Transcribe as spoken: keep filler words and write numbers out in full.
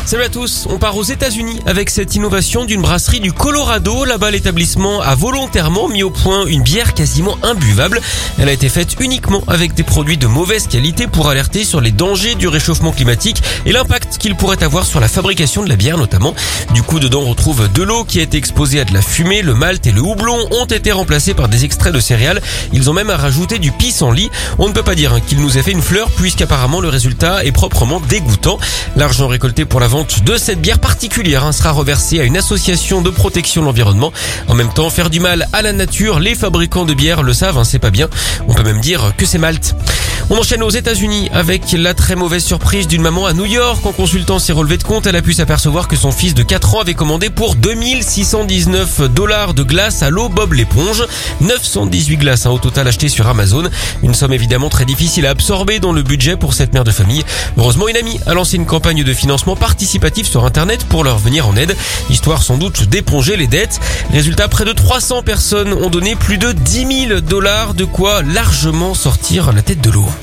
Salut à tous, on part aux États-Unis avec cette innovation d'une brasserie du Colorado. Là-bas, l'établissement a volontairement mis au point une bière quasiment imbuvable. Elle a été faite uniquement avec des produits de mauvaise qualité pour alerter sur les dangers du réchauffement climatique et l'impact qu'il pourrait avoir sur la fabrication de la bière notamment. Du coup, dedans, on retrouve de l'eau qui a été exposée à de la fumée, le malt et le houblon ont été remplacés par des extraits de céréales. Ils ont même rajouté du pissenlit. On ne peut pas dire qu'il nous ait fait une fleur puisqu'apparemment le résultat est proprement dégoûtant. L'argent récolté pour la vente de cette bière particulière sera reversé à une association de protection de l'environnement. En même temps, faire du mal à la nature, les fabricants de bière le savent, c'est pas bien. On peut même dire que c'est malt. On enchaîne aux États-Unis avec la très mauvaise surprise d'une maman à New York. En consultant ses relevés de compte, elle a pu s'apercevoir que son fils de quatre ans avait commandé pour deux mille six cent dix-neuf dollars de glace à l'eau Bob l'éponge. neuf cent dix-huit glaces au total achetées sur Amazon. Une somme évidemment très difficile à absorber dans le budget pour cette mère de famille. Heureusement, une amie a lancé une campagne de financement participatif sur Internet pour leur venir en aide, histoire sans doute d'éponger les dettes. Résultat, près de trois cents personnes ont donné plus de dix mille dollars, de quoi largement sortir la tête de l'eau.